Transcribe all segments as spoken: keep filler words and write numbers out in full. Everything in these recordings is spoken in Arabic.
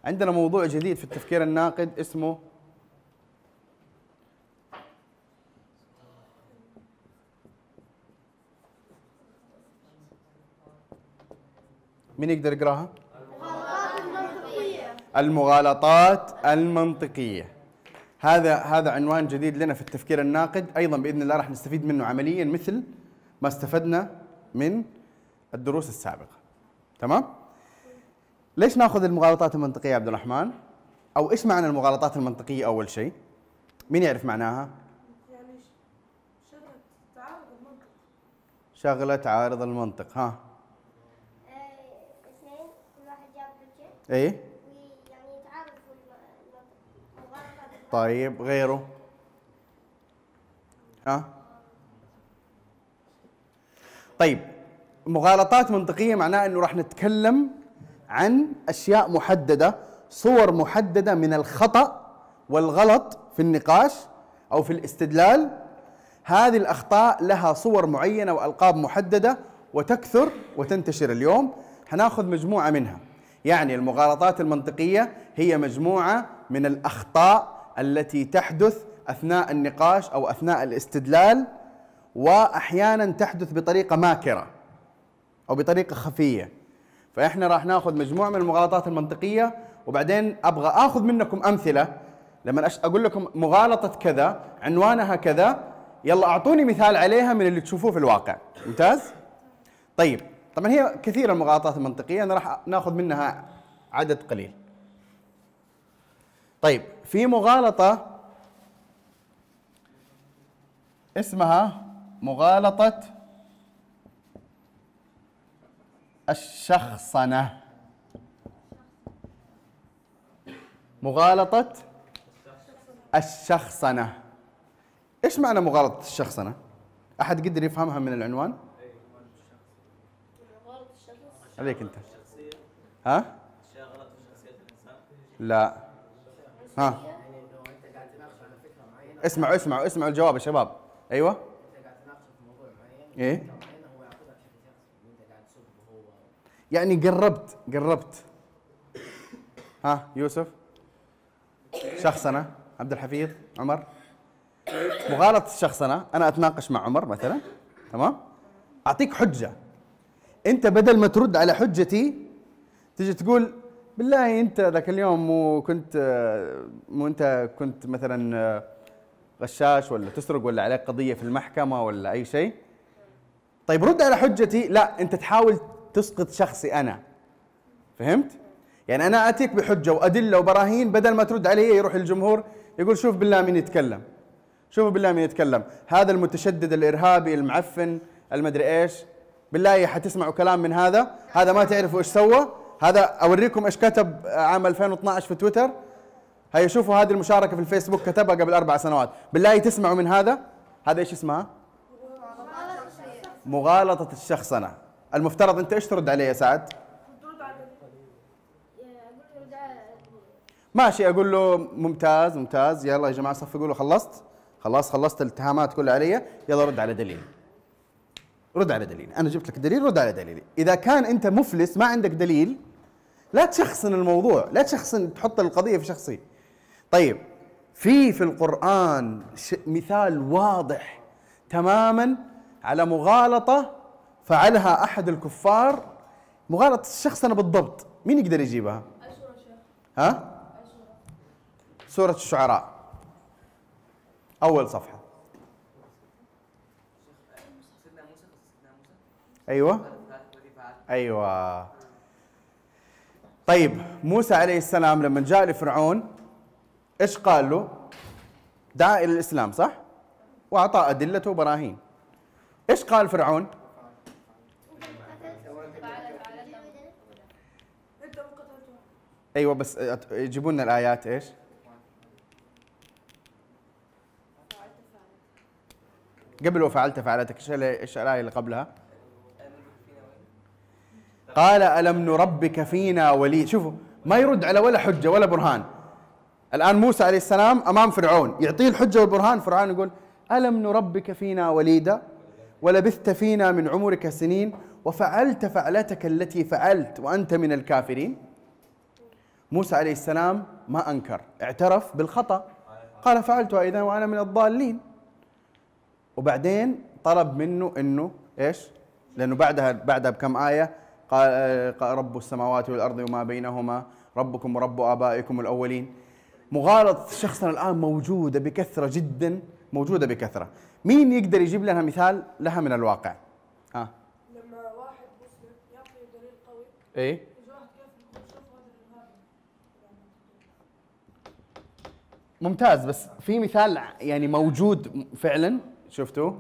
عندنا موضوع جديد في التفكير الناقد اسمه مين يقدر يقراها؟ المغالطات المنطقية. هذا هذا عنوان جديد لنا في التفكير الناقد، أيضا بإذن الله راح نستفيد منه عمليا مثل ما استفدنا من الدروس السابقة. تمام؟ ليش ناخذ المغالطات المنطقية يا عبد الرحمن؟ أو إيش معنى المغالطات المنطقية أول شيء؟ مين يعرف معناها؟ يعني شغلة تعارض المنطق. شغلة تعارض المنطق، ها؟ اثنين كل واحد جاب حجة. إيه؟ ويعني يتعارض في المنطق. مغالطة. طيب غيره؟ ها؟ طيب مغالطات منطقية معناه إنه راح نتكلم عن أشياء محددة، صور محددة من الخطأ والغلط في النقاش أو في الاستدلال. هذه الأخطاء لها صور معينة وألقاب محددة وتكثر وتنتشر. اليوم حناخذ مجموعة منها. يعني المغالطات المنطقية هي مجموعة من الأخطاء التي تحدث أثناء النقاش أو أثناء الاستدلال، وأحيانا تحدث بطريقة ماكرة أو بطريقة خفية. فإحنا راح ناخذ مجموعة من المغالطات المنطقية، وبعدين أبغى آخذ منكم أمثلة. لما أقول لكم مغالطة كذا عنوانها كذا، يلا أعطوني مثال عليها من اللي تشوفوه في الواقع. ممتاز؟ طيب طبعا هي كثيرة المغالطات المنطقية، أنا راح ناخذ منها عدد قليل. طيب في مغالطة اسمها مغالطة الشخصنة. مغالطة الشخصنة. ايش معنى مغالطة الشخصنة؟ أحد قدر يفهمها من العنوان؟ عليك أنت. ها؟ لا. ها؟ اسمعوا اسمعوا اسمعوا الجواب يا شباب. أيوه؟ أنت قاعد تناقش في موضوع معين. إيه؟ هو يعطيك بشكل شخصي وأنت قاعد تسبه هو. يعني قربت قربت. ها يوسف؟ شخصنة. عبد الحفيظ؟ عمر؟ مغالطة الشخصنة، أنا أتناقش مع عمر مثلا، تمام؟ أعطيك حجة، أنت بدل ما ترد على حجتي تجي تقول بالله أنت ذاك اليوم مو كنت مو أنت كنت مثلا غشاش ولا تسرق ولا عليك قضية في المحكمة ولا أي شيء. طيب رد على حجتي، لا أنت تحاول تسقط شخصي أنا. فهمت؟ يعني أنا أتيك بحجة وأدلة وبراهين، بدل ما ترد علي يروح الجمهور يقول شوف بالله مين يتكلم، شوفوا بالله مين يتكلم، هذا المتشدد الإرهابي المعفن المدري إيش. بالله حتسمعوا كلام من هذا، هذا ما تعرفوا إيش سوى، هذا أوريكم إيش كتب عام ألفين واثناشر في تويتر. هيا شوفوا هذه المشاركة في الفيسبوك كتبها قبل أربع سنوات. بالله تسمعوا من هذا. هذا إيش اسمها؟ مغالطة الشخصنة. المفترض أنت إيش ترد عليه يا سعد؟ ماشي، أقول له ممتاز ممتاز، يلا يا جماعة صفقوا له، خلصت؟ خلاص خلصت الاتهامات كلها علي، يلا رد على دليل. رد على دليل، أنا جبت لك دليل، رد على دليلي. إذا كان أنت مفلس ما عندك دليل لا تشخصن الموضوع، لا تشخصن تحط القضية في شخصي. طيب في في القرآن مثال واضح تماما على مغالطة فعلها أحد الكفار، مغالطة الشخصنة بالضبط. مين يقدر يجيبها؟ ها؟ سورة الشعراء أول صفحة. أيوة أيوة. طيب موسى عليه السلام لما جاء لفرعون إيش قال له؟ دعا إلى الإسلام صح؟ وأعطى أدلته وبراهين. إيش قال فرعون؟ أيوة بس يجيبوا لنا الآيات إيش؟ قبل وفعلت فعلتك، إيش الآية اللي قبلها؟ قال ألم نربك فينا وليد. شوفوا ما يرد على ولا حجة ولا برهان. الآن موسى عليه السلام أمام فرعون يعطيه الحجة والبرهان، فرعون يقول ألم نربك فينا وليدا ولبثت فينا من عمرك سنين وفعلت فعلتك التي فعلت وأنت من الكافرين. موسى عليه السلام ما أنكر، اعترف بالخطأ، قال فعلتها إذا وأنا من الضالين. وبعدين طلب منه إنه إيش؟ لأنه بعدها بعدها بكم آية قال رب السماوات والأرض وما بينهما ربكم ورب آبائكم الأولين. مغالطة شخصنا الآن موجودة بكثرة جدا، موجودة بكثرة. مين يقدر يجيب لنا مثال لها من الواقع؟ ها آه. لما واحد مسلم يعطي دليل قوي إيه؟ يجي واحد كيف يشوف هذا الإرهابي. ممتاز، بس في مثال يعني موجود فعلا شفتوه؟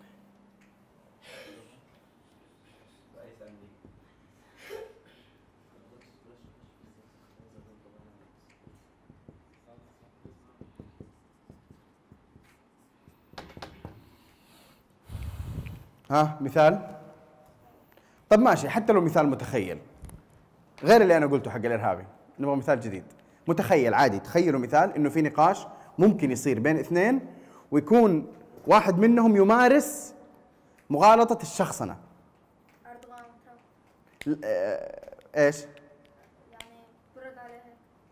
ها مثال؟ طب ماشي، حتى لو مثال متخيل غير اللي انا قلته حق الارهابي، نبغى مثال جديد متخيل عادي. تخيلوا مثال انه في نقاش ممكن يصير بين اثنين ويكون واحد منهم يمارس مغالطة الشخصنة. أردوغان ترامب ل- آه، ايش؟ يعني برد عليه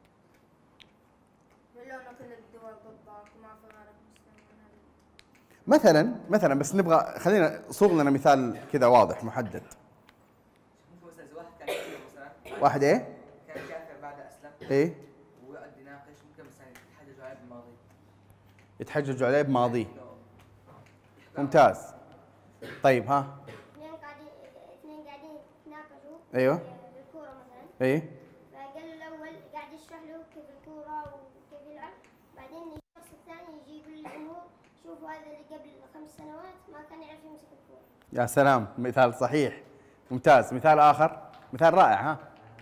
ولا أنه كل الدول ضدك وما في غيرك مسلمين هذا. مثلا مثلا بس نبغى خلينا صوغ لنا مثال كذا واضح محدد. ممكن مثلا إذا واحد كان كافر مثلا، واحد ايه؟ كان كافر بعد اسلم ايه؟ ويقعد يناقش، ممكن مثلا يتحججوا عليه بالماضي. يتحججوا عليه بماضيه. إنه يحكوا ممتاز. طيب ها؟ اثنين قاعدين اثنين قاعدين يتناقشوا ايوه. بالكورة مثلا. ايه؟ فقال الأول قاعد يشرح له كيف الكورة وكيف يلعب، بعدين الشخص الثاني يجي يقول للجمهور شوفوا هذا اللي قبل خمس سنوات ما كان يعرف يمسك الكورة. يا سلام، مثال صحيح. ممتاز. مثال آخر، مثال رائع. ها؟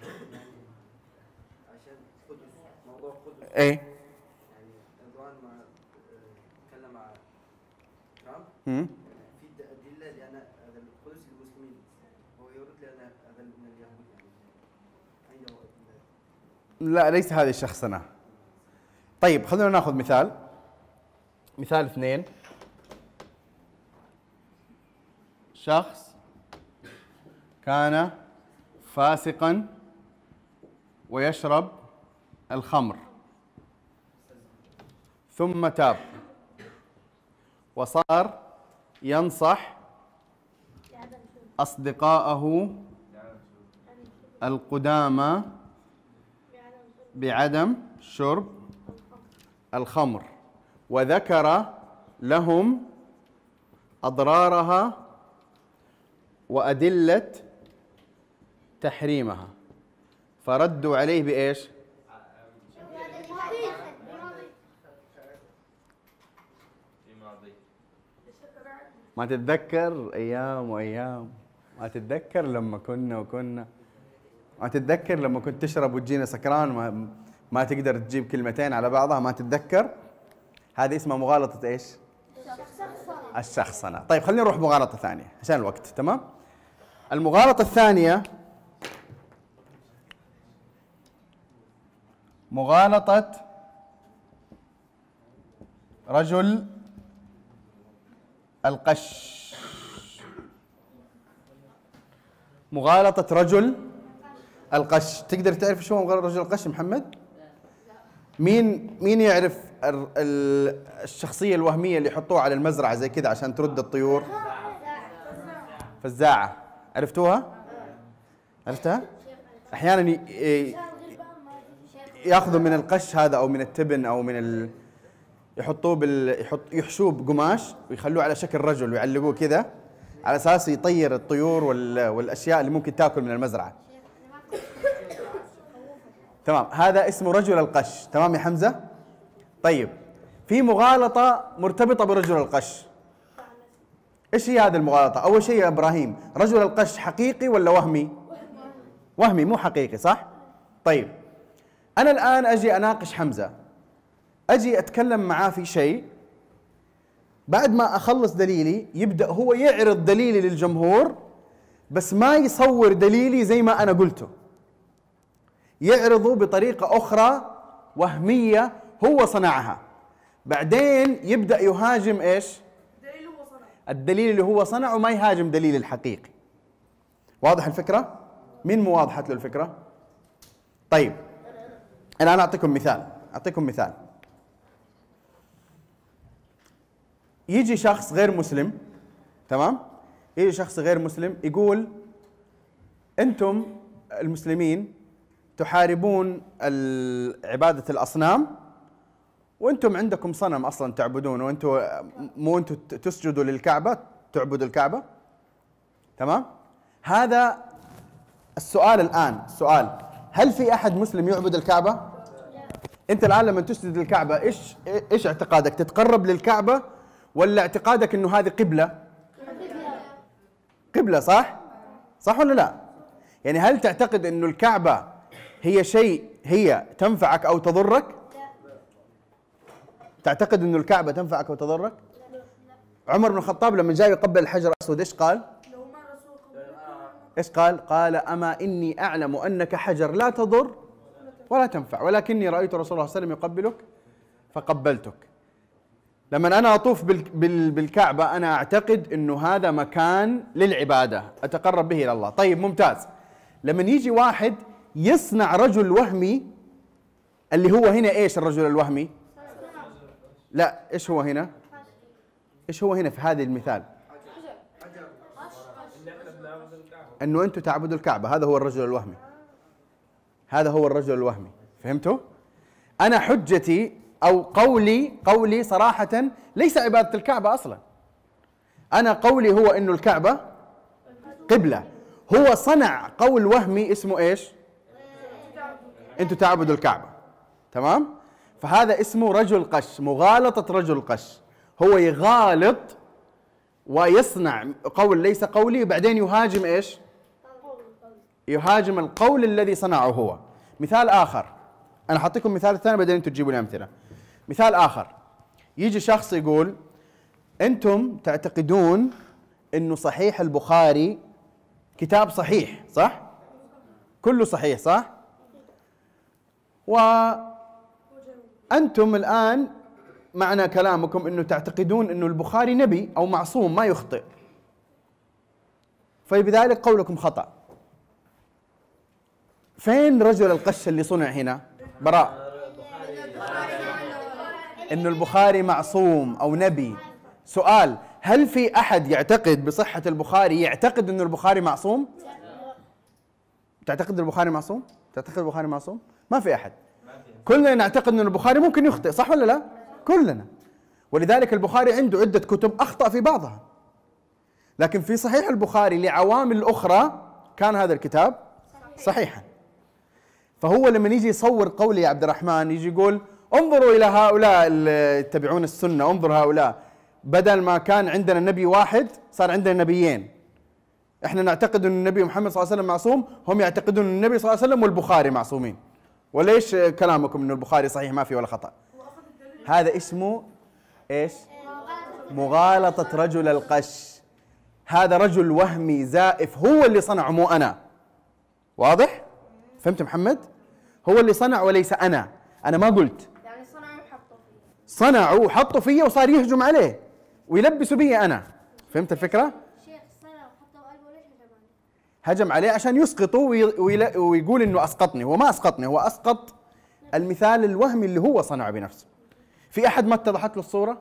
عشان قدس، موضوع قدس ايه؟ يعني اردوغان مع تكلم مع ترامب هم؟ في د- ادله لان هذا القدس للمسلمين، هو يرد لان هذا من اليهود يعني عنده أدلة. لا ليس هذه الشخصنة. طيب خلونا ناخذ مثال. مثال اثنين. شخص كان فاسقا ويشرب الخمر ثم تاب وصار ينصح أصدقاءه القدامى بعدم شرب الخمر، وذكر لهم أضرارها وأدلة تحريمها، فردوا عليه بإيش؟ شوفوا هذا اللي قاعد بالماضي. ما تتذكر أيام وأيام؟ ما تتذكر لما كنا وكنا؟ ما تتذكر لما كنت تشرب وتجينا سكران ما, ما تقدر تجيب كلمتين على بعضها؟ ما تتذكر؟ هذه اسمها مغالطة إيش؟ الشخصنة. طيب خلينا نروح مغالطة ثانية عشان الوقت. تمام؟ المغالطة الثانية مغالطة رجل القش. مغالطة رجل القش. تقدر تعرف شو مغالطة رجل القش محمد؟ مين مين يعرف ال- ال- الشخصية الوهمية اللي يحطوها على المزرعة زي كذا عشان ترد الطيور؟ فزاعة. عرفتوها؟ عرفتها؟ أحيانا ي- ي- ياخذوا من القش هذا او من التبن او من ال... يحطوه بال يحط يحشوه بقماش ويخلوه على شكل رجل ويعلقوه كذا على اساس يطير الطيور وال... والاشياء اللي ممكن تاكل من المزرعه. تمام، هذا اسمه رجل القش. تمام يا حمزه؟ طيب في مغالطه مرتبطه برجل القش. ايش هي هذه المغالطه؟ اول شيء يا ابراهيم، رجل القش حقيقي ولا وهمي؟ وهمي مو حقيقي، صح؟ طيب أنا الآن أجي أناقش حمزة، أجي أتكلم معاه في شيء، بعد ما أخلص دليلي يبدأ هو يعرض دليلي للجمهور بس ما يصور دليلي زي ما أنا قلته، يعرضه بطريقة أخرى وهمية هو صنعها، بعدين يبدأ يهاجم إيش؟ دليل هو صنع. الدليل اللي هو صنعه، ما يهاجم دليل الحقيقي. واضح الفكرة؟ مين مو واضحت له الفكرة؟ طيب الآن أعطيكم مثال أعطيكم مثال يجي شخص غير مسلم، تمام؟ يجي شخص غير مسلم يقول أنتم المسلمين تحاربون عبادة الأصنام، وأنتم عندكم صنم أصلا تعبدونه، وأنتم مو أنتم تسجدوا للكعبة، تعبدوا الكعبة، تمام؟ هذا السؤال الآن، السؤال هل في أحد مسلم يعبد الكعبة؟ أنت الآن لما تسجد للكعبة إيش إيش اعتقادك؟ تتقرب للكعبة ولا اعتقادك إنه هذه قبلة؟ قبلة، صح؟ صح ولا لا؟ يعني هل تعتقد إنه الكعبة هي شيء هي تنفعك أو تضرك؟ تعتقد إنه الكعبة تنفعك أو تضرك؟ عمر بن الخطاب لما جاء يقبل الحجر الأسود إيش قال؟ إيش قال؟ قال أما إني أعلم أنك حجر لا تضر ولا تنفع، ولكني رأيت رسول الله صلى الله عليه وسلم يقبلك فقبلتك. لما أنا أطوف بالكعبة أنا أعتقد أنه هذا مكان للعبادة أتقرب به إلى الله. طيب ممتاز. لما يجي واحد يصنع رجل وهمي، اللي هو هنا إيش الرجل الوهمي؟ لا، إيش هو هنا؟ إيش هو هنا في هذا المثال؟ أنه أنتم تعبدوا الكعبة، هذا هو الرجل الوهمي، هذا هو الرجل الوهمي. فهمتوا؟ أنا حجتي أو قولي قولي صراحة ليس عبادة الكعبة أصلا. أنا قولي هو إنه الكعبة قبلة. هو صنع قول وهمي اسمه إيش؟ أنتوا تعبدوا الكعبة، تمام؟ فهذا اسمه رجل قش، مغالطة رجل قش. هو يغالط ويصنع قول ليس قولي، وبعدين يهاجم إيش؟ يهاجم القول الذي صنعه هو. مثال آخر، أنا حاطيكم مثال ثاني بعدين أنتم تجيبوا لي أمثلة. مثال آخر، يجي شخص يقول أنتم تعتقدون أنه صحيح البخاري كتاب صحيح، صح؟ كله صحيح، صح؟ وأنتم الآن معنى كلامكم أنه تعتقدون أنه البخاري نبي أو معصوم ما يخطئ، فبذلك قولكم خطأ. فين رجل القش اللي صنع هنا؟ براء، إنه البخاري معصوم أو نبي. سؤال، هل في أحد يعتقد بصحة البخاري يعتقد إنه البخاري معصوم؟ تعتقد البخاري معصوم؟ تعتقد البخاري معصوم؟ ما في أحد. كلنا نعتقد إنه البخاري ممكن يخطئ، صح ولا لا؟ كلنا. ولذلك البخاري عنده عدة كتب أخطأ في بعضها، لكن في صحيح البخاري لعوامل أخرى كان هذا الكتاب صحيحا. فهو لما يجي يصور قولي يا عبد الرحمن، يجي يقول انظروا إلى هؤلاء اللي يتبعون السنة، انظر هؤلاء، بدل ما كان عندنا نبي واحد صار عندنا نبيين. احنا نعتقد أن النبي محمد صلى الله عليه وسلم معصوم، هم يعتقدون أن النبي صلى الله عليه وسلم والبخاري معصومين. وليش كلامكم أن البخاري صحيح ما فيه ولا خطأ؟ هذا اسمه ايش؟ مغالطة رجل القش. هذا رجل وهمي زائف، هو اللي صنعه مو أنا. واضح؟ فهمت محمد؟ هو اللي صنع وليس أنا. أنا ما قلت. يعني صنعوا وحطوا فيه. صنعوا وحطوا فيه وصار يهجم عليه ويلبسوا بي أنا. فهمت الفكرة؟ شيخ صنعوا وحطوا قلبه ليش هجم عليه؟ هجم عليه عشان يسقطوا ويقول إنه أسقطني. هو ما أسقطني، هو أسقط المثال الوهمي اللي هو صنعه بنفسه. في أحد ما اتضحت له الصورة؟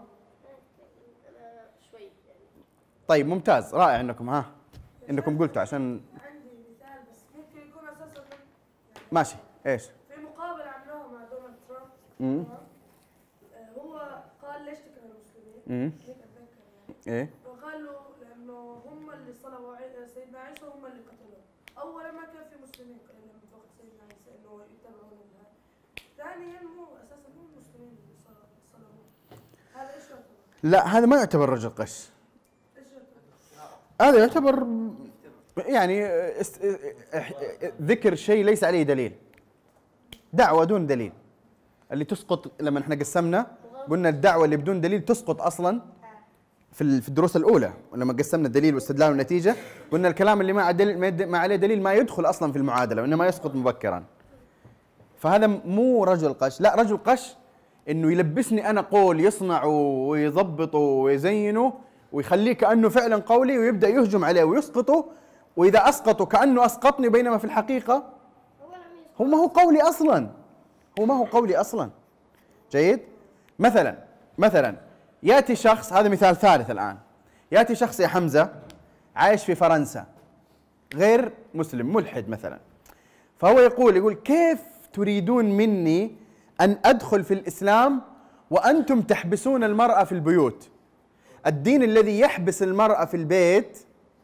شوي. طيب ممتاز، رائع إنكم ها إنكم قلتوا عشان عندي مثال بس ممكن يكون اساسا ماشي. ايش؟ في مقابله عملوها مع دونالد ترامب. امم آه، هو قال ليش تكره المسلمين؟ امم هيك اتذكر يعني. ايه؟ وقالوا لانه هم اللي صلبوا عي- سيدنا عيسى وهم اللي قتلوه. اولا ما كان في مسلمين لما وقت سيدنا عيسى انه يتبعون الهاد. ثانيا هو اساسا مو المسلمين اللي صلبوه. هذا ايش يعتبر؟ لا، هذا ما يعتبر رجل قش. ايش يعتبر؟ هذا يعتبر يعني است- ذكر شيء ليس عليه دليل، دعوة دون دليل. اللي تسقط لما احنا قسمنا قلنا الدعوة اللي بدون دليل تسقط أصلا في في الدروس الأولى، ولما قسمنا الدليل واستدلال والنتيجة قلنا الكلام اللي ما عليه ما عليه دليل ما يدخل أصلا في المعادلة وإنما يسقط مبكرا. فهذا مو رجل قش. لا، رجل قش إنه يلبسني أنا قول، يصنعه ويضبطه ويزينه ويخليه كأنه فعلا قولي ويبدأ يهجم عليه ويسقطه، وإذا أسقطه كأنه أسقطني، بينما في الحقيقة هو لم يسقط. هو ما هو قولي أصلا، هو ما هو قولي أصلا. جيد؟ مثلا مثلا يأتي شخص، هذا مثال ثالث الآن، يأتي شخص يا حمزة عايش في فرنسا غير مسلم، ملحد مثلا، فهو يقول يقول كيف تريدون مني أن أدخل في الإسلام وأنتم تحبسون المرأة في البيوت؟ الدين الذي يحبس المرأة في البيت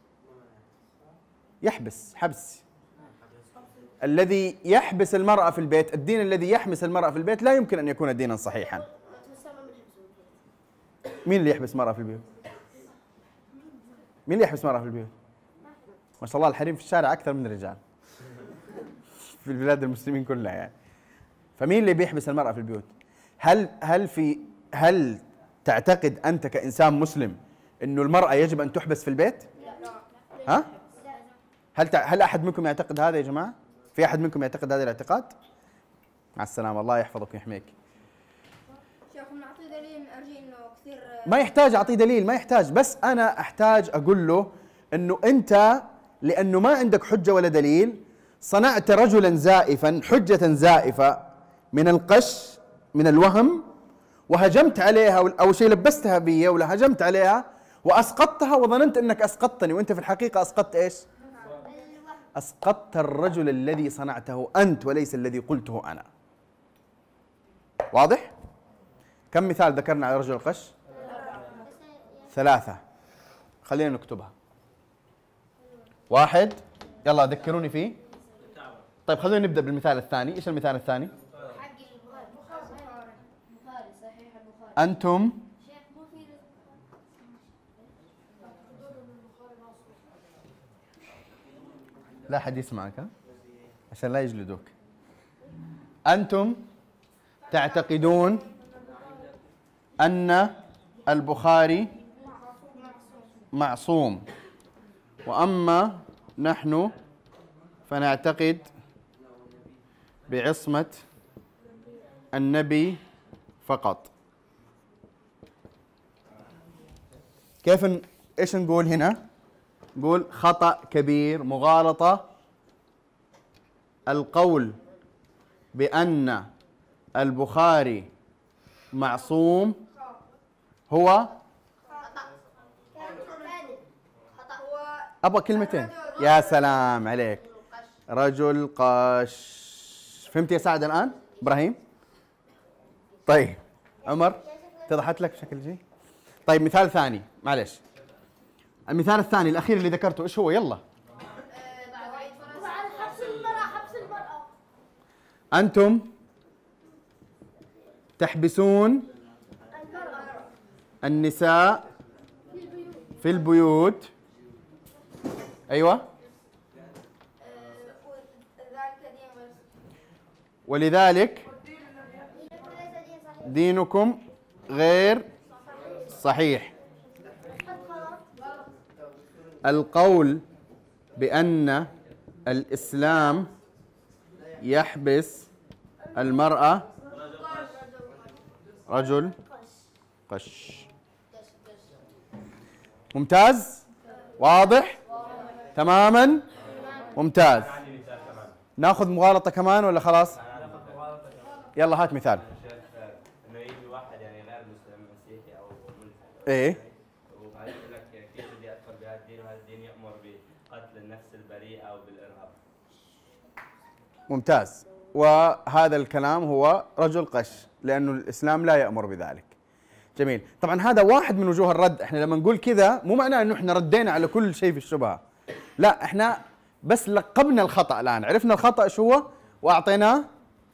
يحبس حبس، الذي يحبس المرأة في البيت، الدين الذي يحبس المرأة في البيت لا يمكن أن يكون دينا صحيحا. مين اللي يحبس المرأة في البيوت؟ مين اللي يحبس المرأة في البيوت؟ ما شاء الله الحريم في الشارع أكثر من الرجال في البلاد المسلمين كلها يعني. فمين اللي بيحبس المرأة في البيوت؟ هل هل في هل تعتقد أنت كإنسان مسلم إنه المرأة يجب أن تحبس في البيت؟ ها؟ هل تع... هل أحد منكم يعتقد هذا يا جماعة؟ في أحد منكم يعتقد هذا الاعتقاد؟ مع السلامة، الله يحفظك ويحميك. شيخ نعطي دليل أرجي إنه كثير ما يحتاج أعطيه دليل، ما يحتاج، بس أنا أحتاج أقول له إنه أنت لأنه ما عندك حجة ولا دليل صنعت رجلا زائفا، حجة زائفة من القش، من الوهم، وهجمت عليها، أو شيء لبستها بي ولا هجمت عليها وأسقطتها وظننت أنك أسقطتني، وأنت في الحقيقة أسقطت إيش؟ أسقطت الرجل الذي صنعته أنت وليس الذي قلته أنا. واضح؟ كم مثال ذكرنا على رجل القش؟ ثلاثة. خلينا نكتبها. واحد، يلا ذكروني فيه. طيب خلونا نبدأ بالمثال الثاني. إيش المثال الثاني؟ أنتم لا حد يسمعك ها؟ عشان لا يجلدوك. أنتم تعتقدون أن البخاري معصوم، وأما نحن فنعتقد بعصمة النبي فقط. كيف ن... ايش نقول هنا؟ نقول خطأ كبير، مغالطة، القول بأن البخاري معصوم هو أبغى كلمتين. يا سلام عليك، رجل قش. فهمت يا سعد الآن؟ إبراهيم؟ طيب عمر اتضحت لك بشكل جيد؟ طيب مثال ثاني، معلش. المثال الثاني الأخير اللي ذكرته إيش هو؟ يلا. حبس المرأة، حبس المرأة. أنتم تحبسون النساء في البيوت. أيوة. ولذلك دينكم غير صحيح. القول بأن الإسلام يحبس المرأة رجل قش. ممتاز؟ واضح؟ تماما؟ ممتاز. ناخذ مغالطة كمان ولا خلاص؟ يلا هات مثال. انه يجي واحد يعني غير مسلم مسيحي او ملحد. ايه؟ وبعدين يقول لك كيف بدي ادخل بهذا الدين، وهذا الدين يامر بقتل النفس البريئه وبالارهاب. ممتاز. وهذا الكلام هو رجل قش، لانه الاسلام لا يامر بذلك. جميل. طبعا هذا واحد من وجوه الرد. احنا لما نقول كذا مو معناه انه احنا ردينا على كل شيء في الشبهه، لا، احنا بس لقبنا الخطا. الان عرفنا الخطا شو هو واعطيناه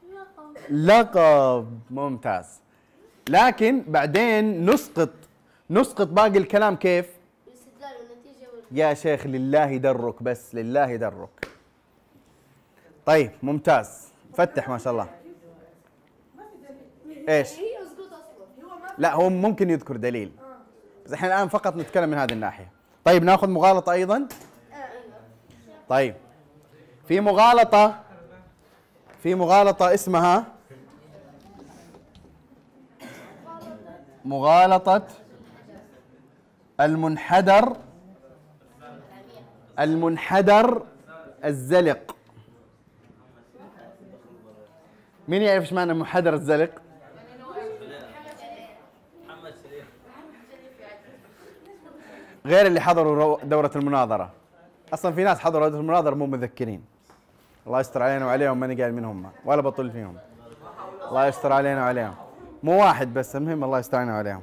لقب. ممتاز. لكن بعدين نسقط نسقط باقي الكلام. كيف؟ الاستدلال والنتيجة وال... يا شيخ لله درك، بس لله درك. طيب ممتاز، فتح ما شاء الله. ايش؟ هي اسقط اصلا، هو ما لا هو ممكن يذكر دليل، بس احنا الان فقط نتكلم من هذه الناحيه. طيب ناخذ مغالطه ايضا. طيب في مغالطه في مغالطه اسمها مغالطه المنحدر المنحدر الزلق. مين يعرف ايش معنى منحدر الزلق؟ غير اللي حضروا دورة المناظرة. اصلا في ناس حضروا دورة المناظرة مو متذكرين. الله يستر علينا وعليهم، ماني قايل منهم ولا بطل فيهم. الله يستر علينا وعليهم. مو واحد بس، المهم الله يستر علينا وعليهم.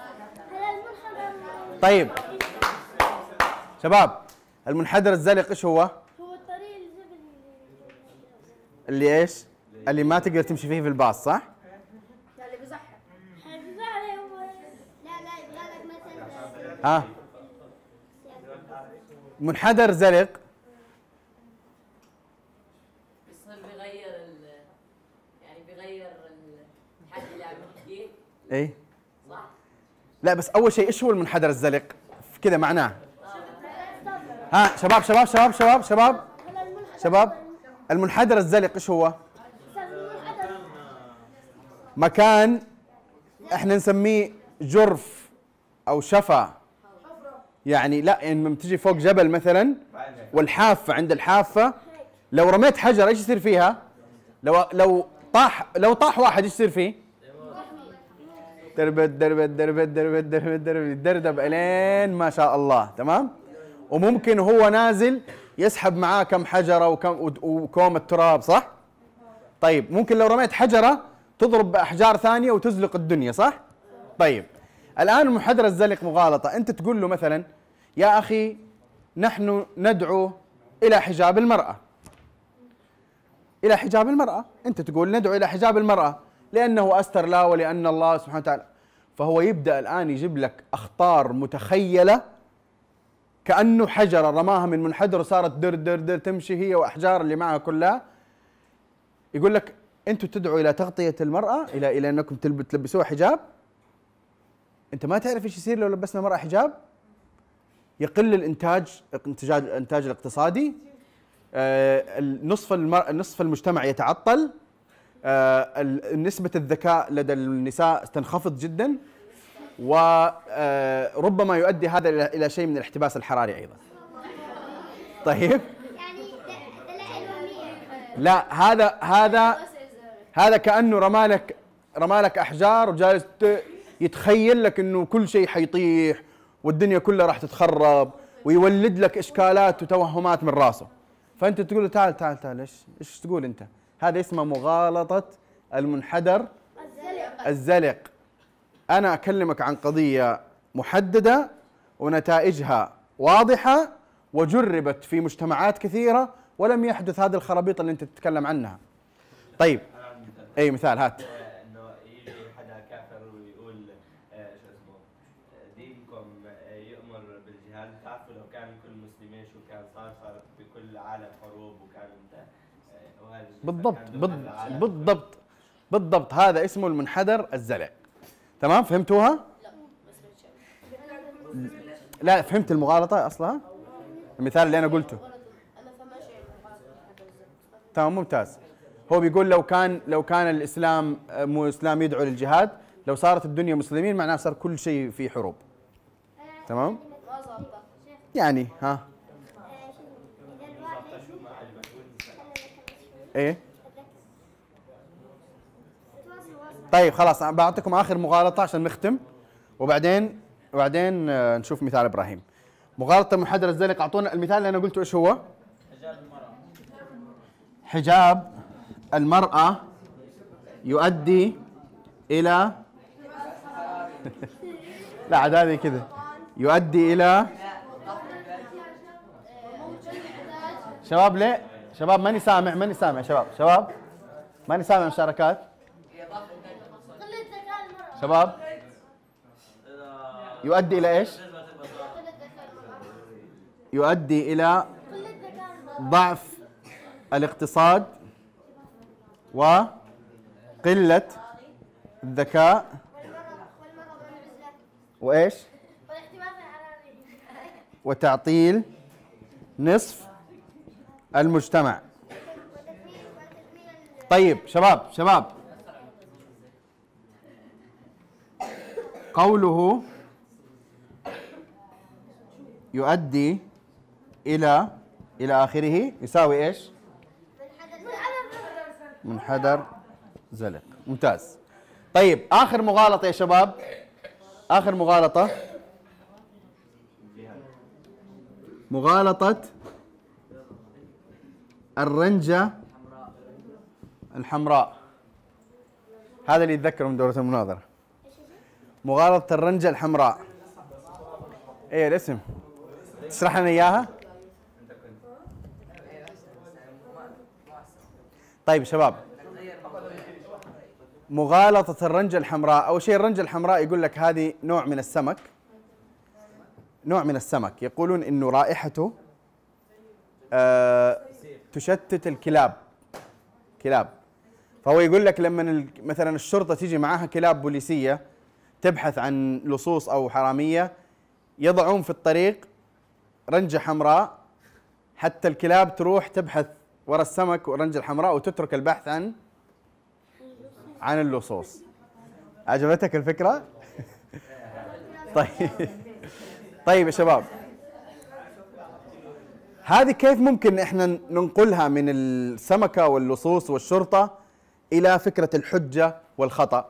طيب شباب، المنحدر الزلق ايش هو؟ هو الطريق الجبل اللي ايش؟ اللي ما تقدر تمشي فيه في الباص، صح؟ اللي بزحف. لا لا يبغى لك مثلا ها؟ منحدر زلق بيصير بيغير ال يعني بيغير الحد اللي عم يحكيه. اي صح؟ لا بس اول شيء ايش هو المنحدر الزلق؟ كذا معناه. ها شباب شباب شباب شباب شباب شباب، المنحدر الزلق ايش هو؟ مكان احنا نسميه جرف او شفا، يعني لا يعني لما تجي فوق جبل مثلا والحافه، عند الحافه لو رميت حجر ايش يصير فيها؟ لو لو طاح لو طاح واحد ايش يصير فيه؟ دربت دربت دربت دربت دربت دربت يدردب الين ما شاء الله، تمام؟ وممكن هو نازل يسحب معاه كم حجره وكم وكوم التراب، صح؟ طيب ممكن لو رميت حجره تضرب باحجار ثانيه وتزلق الدنيا، صح؟ طيب الان المنحدر الزلق مغالطه، انت تقول له مثلا يا اخي نحن ندعو الى حجاب المراه. الى حجاب المراه، انت تقول ندعو الى حجاب المراه لانه استر لا ولان الله سبحانه وتعالى، فهو يبدا الان يجيب لك اخطار متخيله كانه حجره رماها من منحدر وصارت در در در تمشي هي واحجار اللي معها كلها. يقول لك انتم تدعوا الى تغطيه المراه، الى الى انكم تلبسوها حجاب. انت ما تعرف ايش يصير لو لبسنا المراه حجاب؟ يقل الانتاج، انتاج الانتاج الاقتصادي، آه نصف نصف المجتمع يتعطل، آه نسبة الذكاء لدى النساء تنخفض جدا، وربما يؤدي هذا الى شيء من الاحتباس الحراري ايضا. طيب يعني دلائل وهمية. لا هذا هذا هذا كأنه رمالك رمالك احجار وجالس يتخيل لك انه كل شيء حيطيح والدنيا كلها راح تتخرب، ويولد لك اشكالات وتوهمات من راسه. فانت تقول له تعال تعال تعال ايش ايش تقول انت؟ هذا اسمه مغالطة المنحدر الزلق. الزلق. انا اكلمك عن قضية محددة ونتائجها واضحة وجربت في مجتمعات كثيرة ولم يحدث هذه الخرابيط اللي انت تتكلم عنها. طيب اي مثال هات. انه يجي حدا كافر ويقول آه شو اسمه آه دينكم آه يؤمر بالجهاد. بتعرفوا لو كان كل المسلمين شو كان صار؟ صار بكل عالم حروب وكان آه وهذا بالضبط بالضبط بالضبط بالضبط هذا اسمه المنحدر الزلق. تمام فهمتوها؟ لا فهمت المغالطة اصلا؟ المثال اللي انا قلته تمام ممتاز. هو بيقول لو كان لو كان الاسلام مو اسلام يدعو للجهاد، لو صارت الدنيا مسلمين معناه صار كل شيء في حروب. تمام؟ يعني ها ايه طيب خلاص بعطيكم اخر مغالطة عشان نختم، وبعدين وبعدين نشوف مثال ابراهيم. مغالطة المنحدر الزلق، اعطونا المثال اللي انا قلته ايش هو؟ حجاب المرأة. حجاب المرأة يؤدي إلى لا عاد هذه كذا يؤدي إلى شباب ليه؟ شباب ماني سامع ماني سامع شباب شباب ماني سامع مشاركات شباب. يؤدي إلى إيش؟ يؤدي إلى ضعف الاقتصاد وقلة الذكاء وإيش؟ وتعطيل نصف المجتمع. طيب شباب شباب قوله يؤدي إلى إلى آخره يساوي إيش؟ منحدر زلق. ممتاز. طيب آخر مغالطة يا شباب، آخر مغالطة، مغالطة الرنجة الحمراء. هذا اللي يتذكر من دورة المناظرة. مغالطة الرنجة الحمراء. ايه الاسم؟ تشرح لنا اياها؟ طيب شباب، مغالطة الرنجة الحمراء، أول شيء الرنجة الحمراء يقول لك هذه نوع من السمك، نوع من السمك يقولون إنه رائحته آه تشتت الكلاب، كلاب. فهو يقول لك لما مثلا الشرطة تيجي معاها كلاب بوليسية تبحث عن لصوص أو حرامية، يضعون في الطريق رنجة حمراء حتى الكلاب تروح تبحث ورا السمك والرنجة الحمراء وتترك البحث عن عن اللصوص. عجبتك الفكرة؟ طيب طيب يا شباب، هذه كيف ممكن احنا ننقلها من السمكة واللصوص والشرطة إلى فكرة الحجة والخطأ؟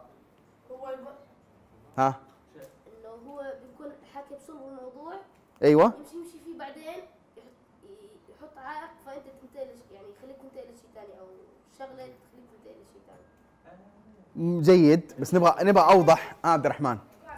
ها؟ انه هو بيكون حاكي بصلب الموضوع، ايوه، يمشي يمشي فيه بعدين يحط يحط عائق فانت تنتقل يعني يخليك تنتقل لشيء ثاني او شغله تخليك تنتقل لشيء ثاني. جيد، بس نبغى نبغى اوضح. آه عبد الرحمن،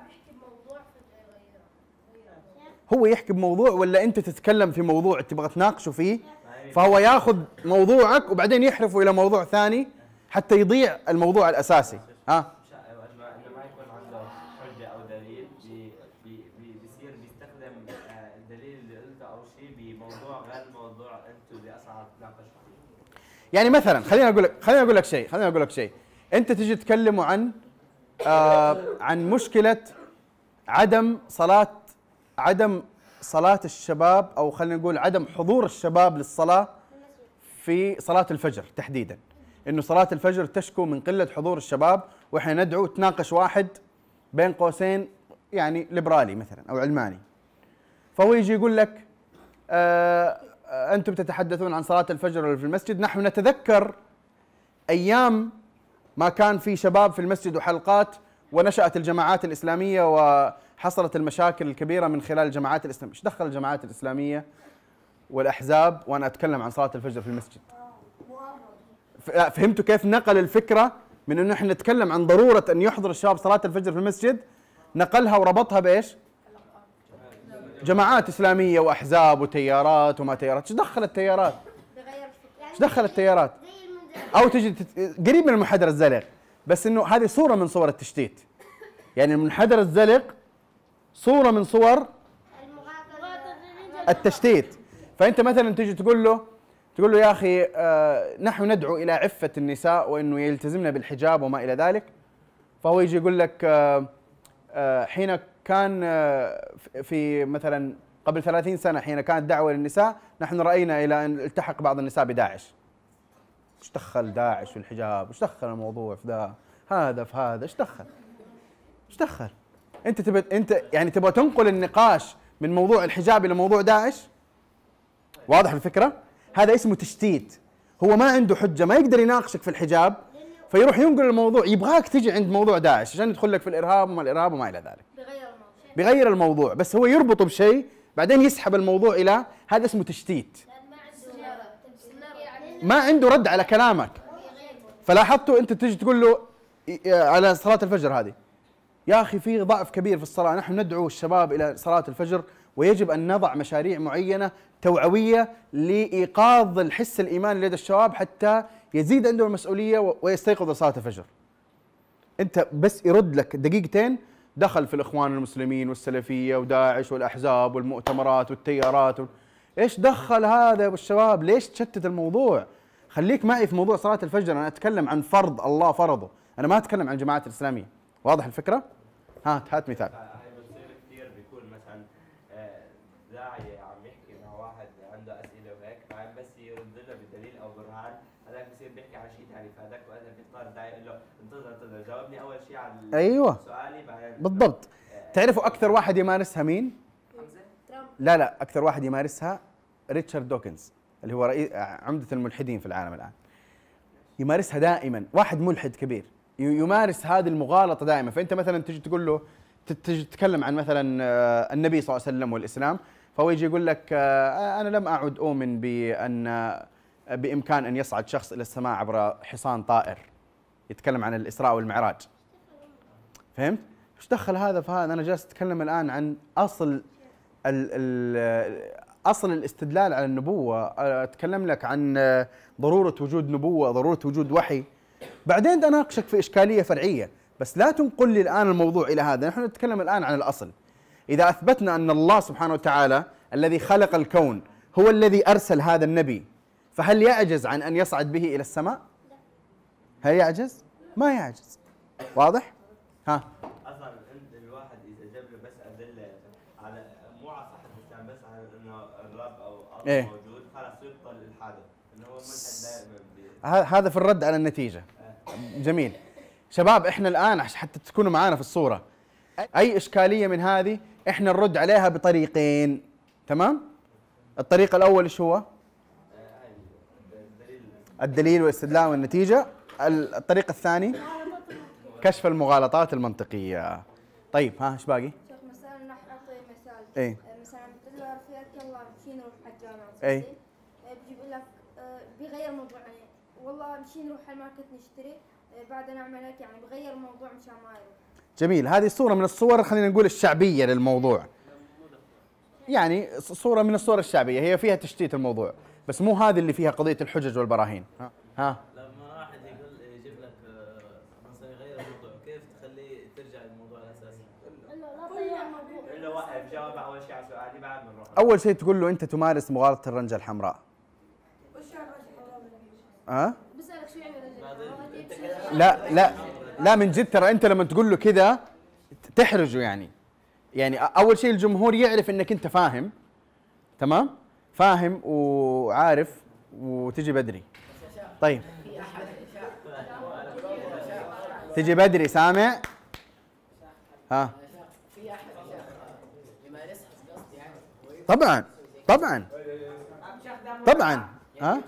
هو يحكي بموضوع ولا انت تتكلم في موضوع تبغى تناقشه فيه، فهو ياخذ موضوعك وبعدين يحرفه الى موضوع ثاني حتى يضيع الموضوع الاساسي. ها؟ انه ما يكون عنده حجه او دليل، بيصير بيستخدم الدليل اللي قلته او شيء بموضوع غير الموضوع انتم اللي اصلا عم تناقشوا فيه. يعني مثلا خليني اقول لك خليني اقول لك شيء خليني اقول لك شيء انت تجي تتكلموا عن آه عن مشكله عدم صلاه عدم صلاه الشباب، او خلينا نقول عدم حضور الشباب للصلاه في صلاه الفجر تحديدا، انه صلاه الفجر تشكو من قله حضور الشباب، واحنا ندعو تناقش واحد بين قوسين يعني ليبرالي مثلا او علماني، فهو يجي يقول لك آه انتم تتحدثون عن صلاه الفجر في المسجد، نحن نتذكر ايام ما كان في شباب في المسجد وحلقات ونشأت الجماعات الإسلامية وحصلت المشاكل الكبيرة من خلال الجماعات الإسلامية. ايش دخل الجماعات الإسلامية والأحزاب وأنا أتكلم عن صلاة الفجر في المسجد؟ فهمتوا كيف نقل الفكرة من أنه احنا نتكلم عن ضرورة أن يحضر الشباب صلاة الفجر في المسجد، نقلها وربطها بإيش؟ جماعات إسلامية وأحزاب وتيارات وما تيارات. ايش دخل التيارات؟ ايش دخل التيارات؟ أو تجي تت... قريب من المنحدر الزلق، بس انه هذه صوره من صور التشتيت. يعني المنحدر الزلق صوره من صور التشتيت. فانت مثلا تجي تقول له تقول له يا اخي آه نحن ندعو الى عفه النساء وانه يلتزمن بالحجاب وما الى ذلك، فهو يجي يقول لك آه آه حين كان آه في مثلا قبل ثلاثين سنه حين كانت دعوه للنساء نحن راينا الى ان التحق بعض النساء بداعش. ايش دخل داعش والحجاب؟ ايش دخل الموضوع في ذا؟ هذا في هذا، ايش دخل؟ ايش دخل؟ انت تبى انت يعني تبغى تنقل النقاش من موضوع الحجاب الى موضوع داعش؟ واضح الفكره؟ هذا اسمه تشتيت. هو ما عنده حجه، ما يقدر يناقشك في الحجاب، فيروح ينقل الموضوع، يبغاك تجي عند موضوع داعش عشان يدخل لك في الارهاب وما الارهاب وما الى ذلك. بغير الموضوع. بغير الموضوع، بس هو يربطه بشيء بعدين يسحب الموضوع الى هذا اسمه تشتيت. ما عنده رد على كلامك. فلاحظتوا انت تجي تقول له على صلاة الفجر هذه، يا اخي في ضعف كبير في الصلاة، نحن ندعو الشباب الى صلاة الفجر ويجب ان نضع مشاريع معينة توعوية لايقاظ الحس الايماني لدى الشباب حتى يزيد عندهم المسؤولية ويستيقظ لصلاة الفجر. انت بس يرد لك دقيقتين دخل في الاخوان المسلمين والسلفية وداعش والاحزاب والمؤتمرات والتيارات و... ايش دخل هذا بالشباب؟ ليش تشتت الموضوع؟ خليك معي في موضوع صلاة الفجر، انا اتكلم عن فرض الله فرضه، انا ما اتكلم عن الجماعات الاسلامية. واضح الفكرة؟ هات هات مثال. هاي بتصير كثير، بيكون مثلا داعية عم يحكي مع واحد عنده اسئلة وهيك، بعدين بس يرد له بدليل او برهان، هذاك بصير بيحكي عن شيء ثاني، فهذاك وقتها بيضطر الداعية يقول له انتظر انتظر جاوبني اول شيء على ايوه سؤالي بعدين بالضبط. تعرفوا اكثر واحد يمارسها مين؟ لا لا اكثر واحد يمارسها ريتشارد دوكنز اللي هو رئيس عمدة الملحدين في العالم الآن. يمارسها دائما، واحد ملحد كبير يمارس هذه المغالطه دائما. فانت مثلا تجي تقول له، تجي تتكلم عن مثلا النبي صلى الله عليه وسلم والاسلام، فهو يجي يقول لك انا لم اعد اؤمن بان بامكان ان يصعد شخص الى السماء عبر حصان طائر، يتكلم عن الاسراء والمعراج. فهمت؟ ايش دخل هذا في هذا؟ انا جالس اتكلم الان عن اصل ال ال اصل الاستدلال على النبوه، اتكلم لك عن ضروره وجود نبوه، ضروره وجود وحي. بعدين اناقشك في اشكاليه فرعيه، بس لا تنقل لي الان الموضوع الى هذا. نحن نتكلم الان عن الاصل. اذا اثبتنا ان الله سبحانه وتعالى الذي خلق الكون هو الذي ارسل هذا النبي، فهل يعجز عن ان يصعد به الى السماء؟ هل يعجز؟ ما يعجز. واضح؟ ها. اصلا عند الواحد اذا جاب له بس ادله على مو على صحه الاسلام، بس على انه الرب او الله إيه؟ موجود، خلاص يبطل الحادث انه هو ملحد لا يؤمن. هذا في الرد على النتيجه. جميل. شباب احنا الان حتى تكونوا معانا في الصوره، اي اشكاليه من هذه احنا نرد عليها بطريقين. تمام؟ الطريق الاول ايش هو؟ الدليل والاستدلال والنتيجه. الطريق الثاني كشف المغالطات المنطقيه. طيب ها ايش باقي؟ شيخ مثلا راح اعطي مثال. ايه مثلا بتقول له رفيقك يلا مشي نروح على الجامعه. ايه بيجي بيقول لك آه، بيغير موضوع يعني والله مشي نروح على الماركت نشتري، آه، بعد نعمل هيك يعني بغير الموضوع مشان ما يروح. جميل. هذه صورة من الصور خلينا نقول الشعبية للموضوع، يعني صورة من الصور الشعبية هي فيها تشتيت الموضوع، بس مو هذه اللي فيها قضية الحجج والبراهين. ها, ها. لما واحد يقول يجيب لك مثلا يغير الموضوع، كيف تخليه ترجع للموضوع الاساسي؟ الا واحد جاوب اول شيء على سؤالي بعد ما نروح. أول شيء تقول له أنت تمارس مغالطة الرنجة الحمراء. وش يعني الرنجة الحمراء؟ ها؟ بسألك شو يعني رجل؟ لا لا لا من جد، ترى أنت لما تقول له كذا تحرجه يعني. يعني أول شيء الجمهور يعرف أنك أنت فاهم، تمام؟ فاهم وعارف وتجي بدري. طيب تجي بدري سامع؟ ها؟ طبعا طبعا طبعا. ها؟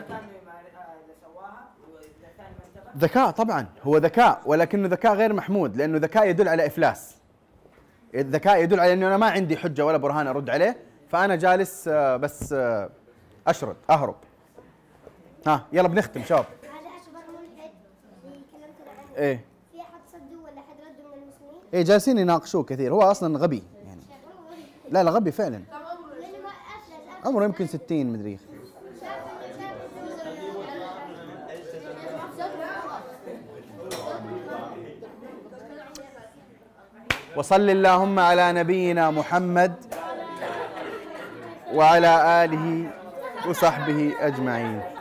ذكاء طبعا، هو ذكاء، ولكنه ذكاء غير محمود، لانه ذكاء يدل على افلاس. الذكاء يدل على انه انا ما عندي حجه ولا برهان ارد عليه، فانا جالس بس اشرد اهرب. ها يلا بنختم شباب. هذا اكبر ملحد اللي كلمتنا عنه. ايه في احد صدوا ولا حد رده من المسلمين؟ ايه جالسين يناقشوه كثير، هو اصلا غبي يعني. لا لا غبي فعلا. عمره يمكن ستين مدري. وصل اللهم على نبينا محمد وعلى آله وصحبه أجمعين.